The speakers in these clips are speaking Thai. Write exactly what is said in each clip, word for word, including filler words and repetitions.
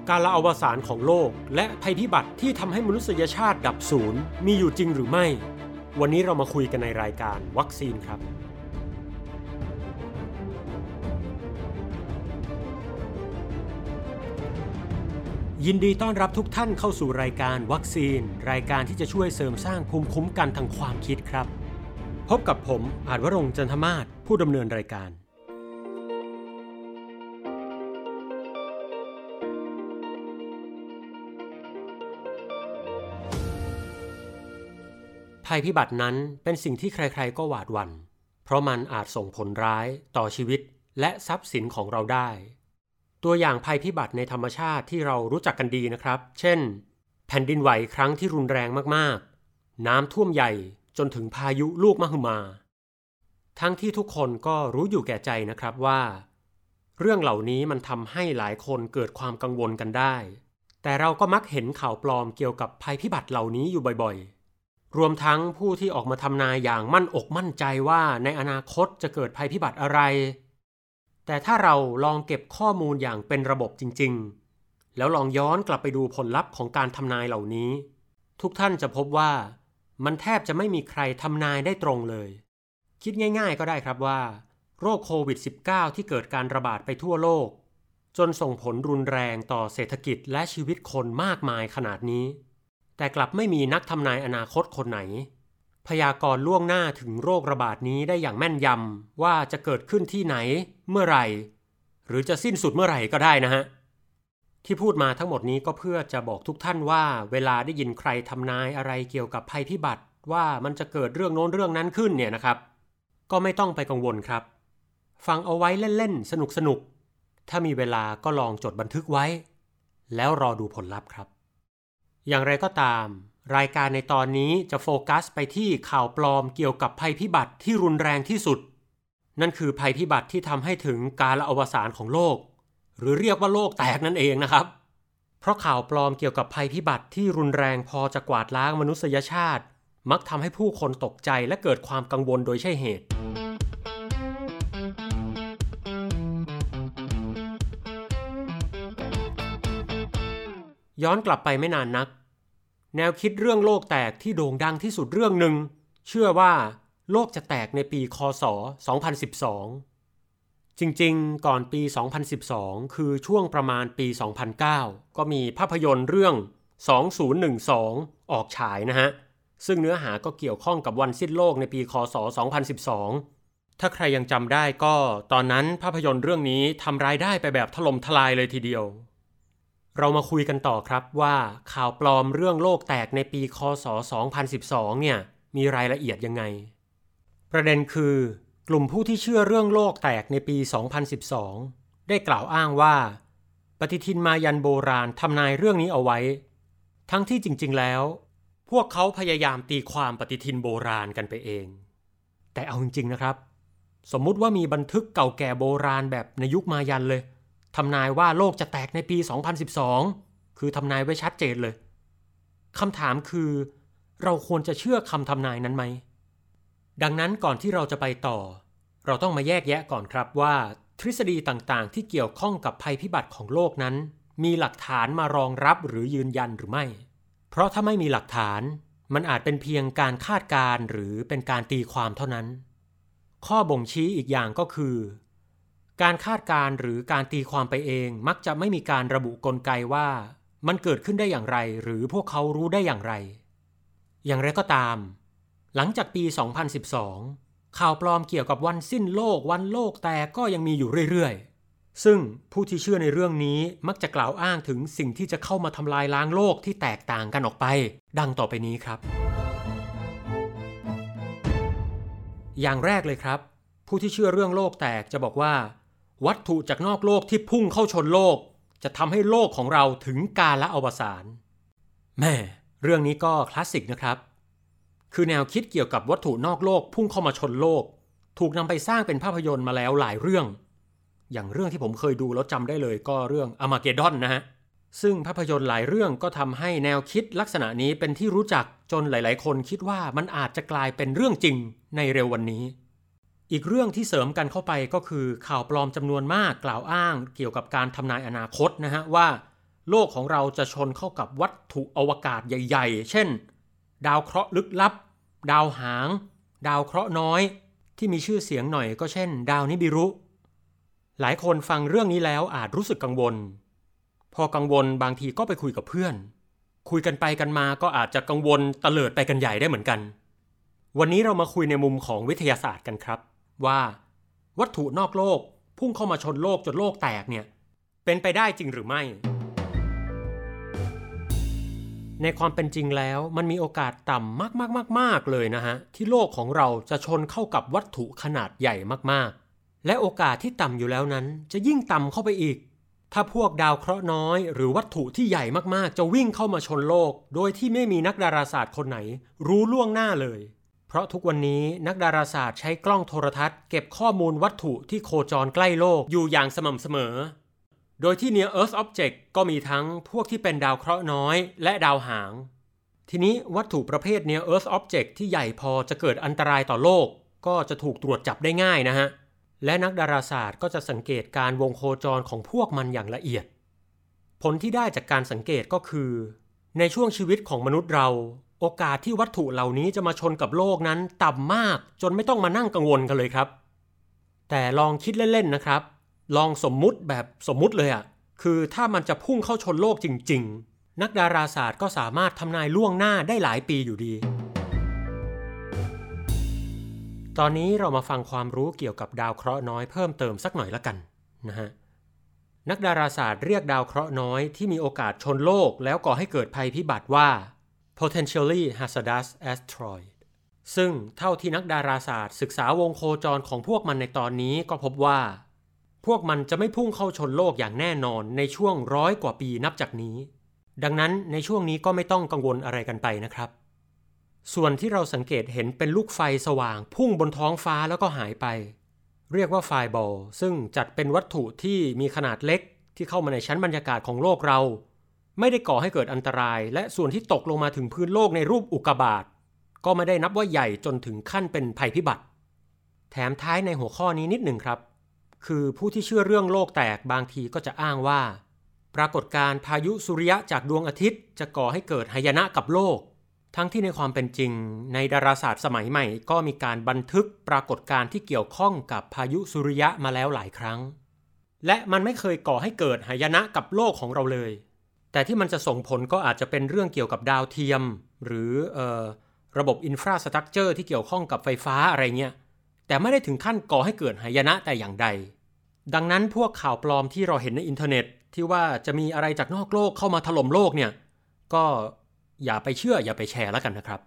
การละอวสานของโลกและภัยพิบัติที่ทำให้มนุษยชาติดับสูญมีอยู่จริงหรือไม่วันนี้เรามาคุยกันในรายการวัคซีนครับยินดีต้อนรับทุกท่านเข้าสู่รายการวัคซีนรายการที่จะช่วยเสริมสร้างภูมิคุ้มกันทางความคิดครับพบกับผมอาจวรงค์จันทมาศผู้ดำเนินรายการภัยพิบัตินั้นเป็นสิ่งที่ใครๆก็หวาดหวั่นเพราะมันอาจส่งผลร้ายต่อชีวิตและทรัพย์สินของเราได้ตัวอย่างภัยพิบัติในธรรมชาติที่เรารู้จักกันดีนะครับเช่นแผ่นดินไหวครั้งที่รุนแรงมากๆน้ำท่วมใหญ่จนถึงพายุลูกมหึมาทั้งที่ทุกคนก็รู้อยู่แก่ใจนะครับว่าเรื่องเหล่านี้มันทำให้หลายคนเกิดความกังวลกันได้แต่เราก็มักเห็นข่าวปลอมเกี่ยวกับภัยพิบัติเหล่านี้อยู่บ่อยๆรวมทั้งผู้ที่ออกมาทำนายอย่างมั่นอกมั่นใจว่าในอนาคตจะเกิดภัยพิบัติอะไรแต่ถ้าเราลองเก็บข้อมูลอย่างเป็นระบบจริงๆแล้วลองย้อนกลับไปดูผลลัพธ์ของการทำนายเหล่านี้ทุกท่านจะพบว่ามันแทบจะไม่มีใครทำนายได้ตรงเลยคิดง่ายๆก็ได้ครับว่าโรคโควิด สิบเก้า ที่เกิดการระบาดไปทั่วโลกจนส่งผลรุนแรงต่อเศรษฐกิจและชีวิตคนมากมายขนาดนี้แต่กลับไม่มีนักทำนายอนาคตคนไหนพยากรณ์ล่วงหน้าถึงโรคระบาดนี้ได้อย่างแม่นยำว่าจะเกิดขึ้นที่ไหนเมื่อไหร่หรือจะสิ้นสุดเมื่อไหร่ก็ได้นะฮะที่พูดมาทั้งหมดนี้ก็เพื่อจะบอกทุกท่านว่าเวลาได้ยินใครทำนายอะไรเกี่ยวกับภัยพิบัติว่ามันจะเกิดเรื่องโน้นเรื่องนั้นขึ้นเนี่ยนะครับก็ไม่ต้องไปกังวลครับฟังเอาไว้เล่นๆสนุกๆถ้ามีเวลาก็ลองจดบันทึกไว้แล้วรอดูผลลัพธ์ครับอย่างไรก็ตามรายการในตอนนี้จะโฟกัสไปที่ข่าวปลอมเกี่ยวกับภัยพิบัติที่รุนแรงที่สุดนั่นคือภัยพิบัติที่ทำให้ถึงกาลอวสานของโลกหรือเรียกว่าโลกแตกนั่นเองนะครับเพราะข่าวปลอมเกี่ยวกับภัยพิบัติที่รุนแรงพอจะกวาดล้างมนุษยชาติมักทำให้ผู้คนตกใจและเกิดความกังวลโดยใช่เหตุย้อนกลับไปไม่นานนักแนวคิดเรื่องโลกแตกที่โด่งดังที่สุดเรื่องหนึ่งเชื่อว่าโลกจะแตกในปีค.ศ. สองพันสิบสองจริงๆก่อนปีสองพันสิบสองคือช่วงประมาณปีสองพันเก้าก็มีภาพยนตร์เรื่องสองพันสิบสองออกฉายนะฮะซึ่งเนื้อหาก็เกี่ยวข้องกับวันสิ้นโลกในปีค.ศ. สองพันสิบสองถ้าใครยังจำได้ก็ตอนนั้นภาพยนตร์เรื่องนี้ทำรายได้ไปแบบถล่มทลายเลยทีเดียวเรามาคุยกันต่อครับว่าข่าวปลอมเรื่องโลกแตกในปีค.ศ. สองพันสิบสองเนี่ยมีรายละเอียดยังไงประเด็นคือกลุ่มผู้ที่เชื่อเรื่องโลกแตกในปีสองพันสิบสองได้กล่าวอ้างว่าปฏิทินมายันโบราณทำนายเรื่องนี้เอาไว้ทั้งที่จริงๆแล้วพวกเขาพยายามตีความปฏิทินโบราณกันไปเองแต่เอาจริงๆนะครับสมมุติว่ามีบันทึกเก่าแก่โบราณแบบในยุคมายันเลยทำนายว่าโลกจะแตกในปีสองพันสิบสองคือทำนายไว้ชัดเจนเลยคำถามคือเราควรจะเชื่อคำทำนายนั้นไหมดังนั้นก่อนที่เราจะไปต่อเราต้องมาแยกแยะก่อนครับว่าทฤษฎีต่างๆที่เกี่ยวข้องกับภัยพิบัติของโลกนั้นมีหลักฐานมารองรับหรือยืนยันหรือไม่เพราะถ้าไม่มีหลักฐานมันอาจเป็นเพียงการคาดการณ์หรือเป็นการตีความเท่านั้นข้อบ่งชี้อีกอย่างก็คือการคาดการณ์หรือการตีความไปเองมักจะไม่มีการระบุกลไกว่ามันเกิดขึ้นได้อย่างไรหรือพวกเขารู้ได้อย่างไรอย่างไรก็ตามหลังจากปีสองพันสิบสองข่าวปลอมเกี่ยวกับวันสิ้นโลกวันโลกแตกก็ยังมีอยู่เรื่อยๆซึ่งผู้ที่เชื่อในเรื่องนี้มักจะกล่าวอ้างถึงสิ่งที่จะเข้ามาทำลายล้างโลกที่แตกต่างกันออกไปดังต่อไปนี้ครับอย่างแรกเลยครับผู้ที่เชื่อเรื่องโลกแตกจะบอกว่าวัตถุจากนอกโลกที่พุ่งเข้าชนโลกจะทำให้โลกของเราถึงกาลอวสานแม่เรื่องนี้ก็คลาสสิกนะครับคือแนวคิดเกี่ยวกับวัตถุนอกโลกพุ่งเข้ามาชนโลกถูกนำไปสร้างเป็นภาพยนตร์มาแล้วหลายเรื่องอย่างเรื่องที่ผมเคยดูแล้วจำได้เลยก็เรื่องอาร์มาเกดดอนนะฮะซึ่งภาพยนตร์หลายเรื่องก็ทำให้แนวคิดลักษณะนี้เป็นที่รู้จักจนหลายๆคนคิดว่ามันอาจจะกลายเป็นเรื่องจริงในเร็ววันนี้อีกเรื่องที่เสริมกันเข้าไปก็คือข่าวปลอมจำนวนมากกล่าวอ้างเกี่ยวกับการทำนายอนาคตนะฮะว่าโลกของเราจะชนเข้ากับวัตถุอวกาศใหญ่ๆเช่นดาวเคราะห์ลึกลับดาวหางดาวเคราะห์น้อยที่มีชื่อเสียงหน่อยก็เช่นดาวนิบิรุหลายคนฟังเรื่องนี้แล้วอาจรู้สึกกังวลพอกังวลบางทีก็ไปคุยกับเพื่อนคุยกันไปกันมาก็อาจจะกังวลเตลิดไปกันใหญ่ได้เหมือนกันวันนี้เรามาคุยในมุมของวิทยาศาสตร์กันครับว่าวัตถุนอกโลกพุ่งเข้ามาชนโลกจนโลกแตกเนี่ยเป็นไปได้จริงหรือไม่ในความเป็นจริงแล้วมันมีโอกาสต่ำมากๆๆๆเลยนะฮะที่โลกของเราจะชนเข้ากับวัตถุขนาดใหญ่มากๆและโอกาสที่ต่ำอยู่แล้วนั้นจะยิ่งต่ำเข้าไปอีกถ้าพวกดาวเคราะห์น้อยหรือวัตถุที่ใหญ่มากๆจะวิ่งเข้ามาชนโลกโดยที่ไม่มีนักดาราศาสตร์คนไหนรู้ล่วงหน้าเลยเพราะทุกวันนี้นักดาราศาสตร์ใช้กล้องโทรทัศน์เก็บข้อมูลวัตถุที่โคจรใกล้โลกอยู่อย่างสม่ำเสมอโดยที่ Near Earth Object ก็มีทั้งพวกที่เป็นดาวเคราะห์น้อยและดาวหางทีนี้วัตถุประเภท Near Earth Object ที่ใหญ่พอจะเกิดอันตรายต่อโลกก็จะถูกตรวจจับได้ง่ายนะฮะและนักดาราศาสตร์ก็จะสังเกตการวงโคจรของพวกมันอย่างละเอียดผลที่ได้จากการสังเกตก็คือในช่วงชีวิตของมนุษย์เราโอกาสที่วัตถุเหล่านี้จะมาชนกับโลกนั้นต่ำมากจนไม่ต้องมานั่งกังวลกันเลยครับแต่ลองคิดเล่นๆนะครับลองสมมุติแบบสมมุติเลยอ่ะคือถ้ามันจะพุ่งเข้าชนโลกจริงๆนักดาราศาสตร์ก็สามารถทำนายล่วงหน้าได้หลายปีอยู่ดีตอนนี้เรามาฟังความรู้เกี่ยวกับดาวเคราะห์น้อยเพิ่มเติมสักหน่อยละกันนะฮะนักดาราศาสตร์เรียกดาวเคราะห์น้อยที่มีโอกาสชนโลกแล้วก่อให้เกิดภัยพิบัติว่า potentially hazardous asteroid ซึ่งเท่าที่นักดาราศาสตร์ศึกษาวงโคจรของพวกมันในตอนนี้ก็พบว่าพวกมันจะไม่พุ่งเข้าชนโลกอย่างแน่นอนในช่วงร้อยกว่าปีนับจากนี้ดังนั้นในช่วงนี้ก็ไม่ต้องกังวลอะไรกันไปนะครับส่วนที่เราสังเกตเห็นเป็นลูกไฟสว่างพุ่งบนท้องฟ้าแล้วก็หายไปเรียกว่าไฟบอลซึ่งจัดเป็นวัตถุที่มีขนาดเล็กที่เข้ามาในชั้นบรรยากาศของโลกเราไม่ได้ก่อให้เกิดอันตรายและส่วนที่ตกลงมาถึงพื้นโลกในรูปอุกกาบาตก็ไม่ได้นับว่าใหญ่จนถึงขั้นเป็นภัยพิบัติแถมท้ายในหัวข้อนี้นิดหนึ่งครับคือผู้ที่เชื่อเรื่องโลกแตกบางทีก็จะอ้างว่าปรากฏการณ์พายุสุริยะจากดวงอาทิตย์จะก่อให้เกิดหายนะกับโลกทั้งที่ในความเป็นจริงในดาราศาสตร์สมัยใหม่ก็มีการบันทึกปรากฏการณ์ที่เกี่ยวข้องกับพายุสุริยะมาแล้วหลายครั้งและมันไม่เคยก่อให้เกิดหายนะกับโลกของเราเลยแต่ที่มันจะส่งผลก็อาจจะเป็นเรื่องเกี่ยวกับดาวเทียมหรือเอ่อระบบอินฟราสตรัคเจอร์ที่เกี่ยวข้องกับไฟฟ้าอะไรเงี้ยแต่ไม่ได้ถึงขั้นก่อให้เกิดหายนะแต่อย่างใดดังนั้นพวกข่าวปลอมที่เราเห็นในอินเทอร์เน็ตที่ว่าจะมีอะไรจากนอกโลกเข้ามาถล่มโลกเนี่ยก็อย่าไปเชื่ออย่าไปแชร์แล้วกันนะครับ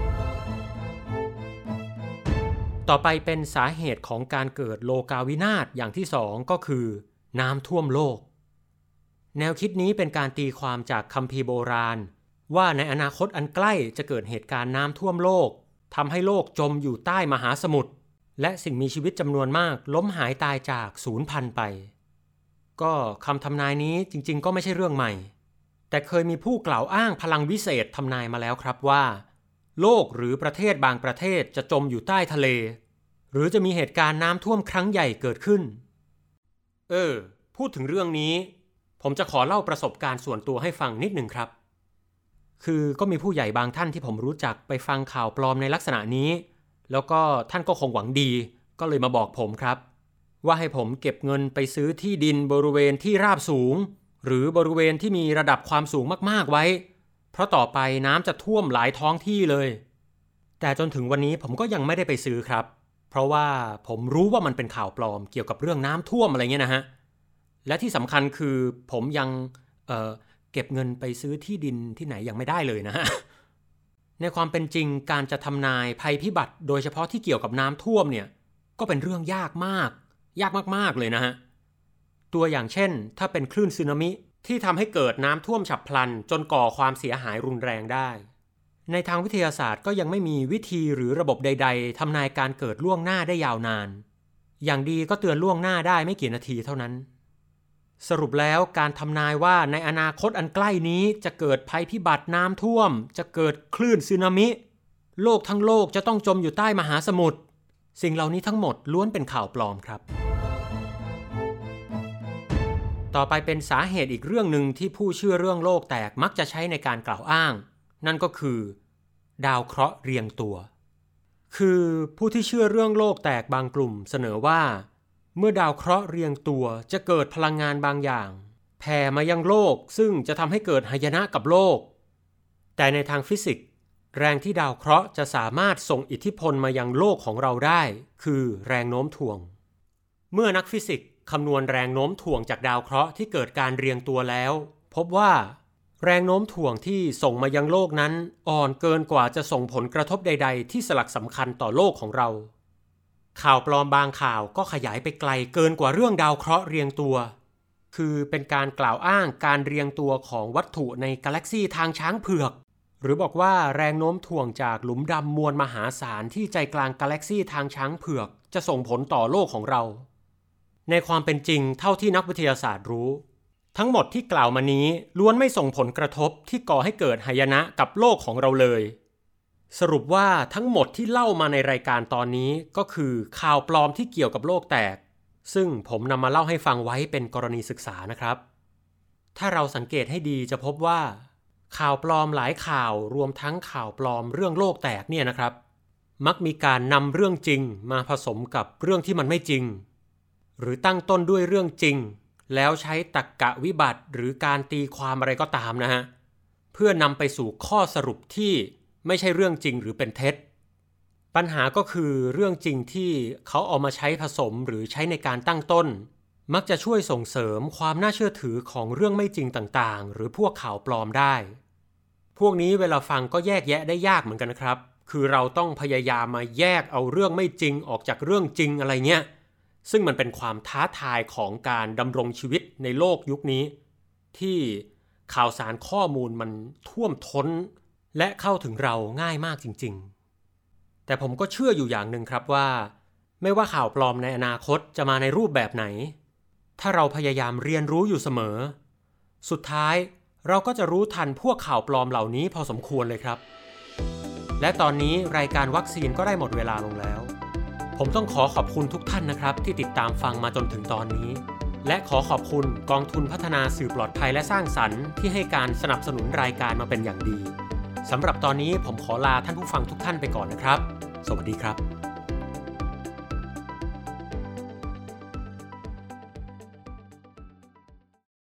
ต่อไปเป็นสาเหตุของการเกิดโลกาวินาศอย่างที่สองก็คือน้ำท่วมโลกแนวคิดนี้เป็นการตีความจากคัมภีร์โบราณว่าในอนาคตอันใกล้จะเกิดเหตุการณ์น้ำท่วมโลกทำให้โลกจมอยู่ใต้มหาสมุทรและสิ่งมีชีวิตจำนวนมากล้มหายตายจากสูญพันธุ์ไปก็คำทำนายนี้จริงๆก็ไม่ใช่เรื่องใหม่แต่เคยมีผู้กล่าวอ้างพลังวิเศษทำนายมาแล้วครับว่าโลกหรือประเทศบางประเทศจะจมอยู่ใต้ทะเลหรือจะมีเหตุการณ์น้ำท่วมครั้งใหญ่เกิดขึ้นเออพูดถึงเรื่องนี้ผมจะขอเล่าประสบการณ์ส่วนตัวให้ฟังนิดหนึ่งครับคือก็มีผู้ใหญ่บางท่านที่ผมรู้จักไปฟังข่าวปลอมในลักษณะนี้แล้วก็ท่านก็คงหวังดีก็เลยมาบอกผมครับว่าให้ผมเก็บเงินไปซื้อที่ดินบริเวณที่ราบสูงหรือบริเวณที่มีระดับความสูงมากๆไว้เพราะต่อไปน้ำจะท่วมหลายท้องที่เลยแต่จนถึงวันนี้ผมก็ยังไม่ได้ไปซื้อครับเพราะว่าผมรู้ว่ามันเป็นข่าวปลอมเกี่ยวกับเรื่องน้ำท่วมอะไรเงี้ยนะฮะและที่สำคัญคือผมยังเอ่อเก็บเงินไปซื้อที่ดินที่ไหนยังไม่ได้เลยนะฮะในความเป็นจริงการจะทำนายภัยพิบัติโดยเฉพาะที่เกี่ยวกับน้ำท่วมเนี่ยก็เป็นเรื่องยากมากยากมากๆเลยนะฮะตัวอย่างเช่นถ้าเป็นคลื่นสึนามิที่ทำให้เกิดน้ำท่วมฉับพลันจนก่อความเสียหายรุนแรงได้ในทางวิทยาศาสตร์ก็ยังไม่มีวิธีหรือระบบใดๆทำนายการเกิดล่วงหน้าได้ยาวนานอย่างดีก็เตือนล่วงหน้าได้ไม่กี่นาทีเท่านั้นสรุปแล้วการทำนายว่าในอนาคตอันใกล้นี้จะเกิดภัยพิบัติน้ำท่วมจะเกิดคลื่นสึนามิโลกทั้งโลกจะต้องจมอยู่ใต้มหาสมุทรสิ่งเหล่านี้ทั้งหมดล้วนเป็นข่าวปลอมครับต่อไปเป็นสาเหตุอีกเรื่องหนึ่งที่ผู้เชื่อเรื่องโลกแตกมักจะใช้ในการกล่าวอ้างนั่นก็คือดาวเคราะห์เรียงตัวคือผู้ที่เชื่อเรื่องโลกแตกบางกลุ่มเสนอว่าเมื่อดาวเคราะห์เรียงตัวจะเกิดพลังงานบางอย่างแผ่มายังโลกซึ่งจะทำให้เกิดหายนะกับโลกแต่ในทางฟิสิกส์แรงที่ดาวเคราะห์จะสามารถส่งอิทธิพลมายังโลกของเราได้คือแรงโน้มถ่วงเมื่อนักฟิสิกส์คำนวณแรงโน้มถ่วงจากดาวเคราะห์ที่เกิดการเรียงตัวแล้วพบว่าแรงโน้มถ่วงที่ส่งมายังโลกนั้นอ่อนเกินกว่าจะส่งผลกระทบใดๆที่สลักสำคัญต่อโลกของเราข่าวปลอมบางข่าวก็ขยายไปไกลเกินกว่าเรื่องดาวเคราะห์เรียงตัวคือเป็นการกล่าวอ้างการเรียงตัวของวัตถุในกาแล็กซีทางช้างเผือกหรือบอกว่าแรงโน้มถ่วงจากหลุมดำมวลมหาศาลที่ใจกลางกาแล็กซีทางช้างเผือกจะส่งผลต่อโลกของเราในความเป็นจริงเท่าที่นักวิทยาศาสตร์รู้ทั้งหมดที่กล่าวมานี้ล้วนไม่ส่งผลกระทบที่ก่อให้เกิดหายนะกับโลกของเราเลยสรุปว่าทั้งหมดที่เล่ามาในรายการตอนนี้ก็คือข่าวปลอมที่เกี่ยวกับโลกแตกซึ่งผมนำมาเล่าให้ฟังไว้เป็นกรณีศึกษานะครับถ้าเราสังเกตให้ดีจะพบว่าข่าวปลอมหลายข่าวรวมทั้งข่าวปลอมเรื่องโลกแตกเนี่ยนะครับมักมีการนำเรื่องจริงมาผสมกับเรื่องที่มันไม่จริงหรือตั้งต้นด้วยเรื่องจริงแล้วใช้ตรรกะวิบัติหรือการตีความอะไรก็ตามนะฮะเพื่อนำไปสู่ข้อสรุปที่ไม่ใช่เรื่องจริงหรือเป็นเท็จปัญหาก็คือเรื่องจริงที่เขาเอามาใช้ผสมหรือใช้ในการตั้งต้นมักจะช่วยส่งเสริมความน่าเชื่อถือของเรื่องไม่จริงต่างๆหรือพวกข่าวปลอมได้พวกนี้เวลาฟังก็แยกแยะได้ยากเหมือนกันนะครับคือเราต้องพยายามมาแยกเอาเรื่องไม่จริงออกจากเรื่องจริงอะไรเงี้ยซึ่งมันเป็นความท้าทายของการดำรงชีวิตในโลกยุคนี้ที่ข่าวสารข้อมูลมันท่วมท้นและเข้าถึงเราง่ายมากจริงๆแต่ผมก็เชื่ออยู่อย่างหนึ่งครับว่าไม่ว่าข่าวปลอมในอนาคตจะมาในรูปแบบไหนถ้าเราพยายามเรียนรู้อยู่เสมอสุดท้ายเราก็จะรู้ทันพวกข่าวปลอมเหล่านี้พอสมควรเลยครับและตอนนี้รายการวัคซีนก็ได้หมดเวลาลงแล้วผมต้องขอขอบคุณทุกท่านนะครับที่ติดตามฟังมาจนถึงตอนนี้และขอขอบคุณกองทุนพัฒนาสื่อปลอดภัยและสร้างสรรค์ที่ให้การสนับสนุนรายการมาเป็นอย่างดีสำหรับตอนนี้ผมขอลาท่านผู้ฟังทุกท่านไปก่อนนะครับสวัสดีครับ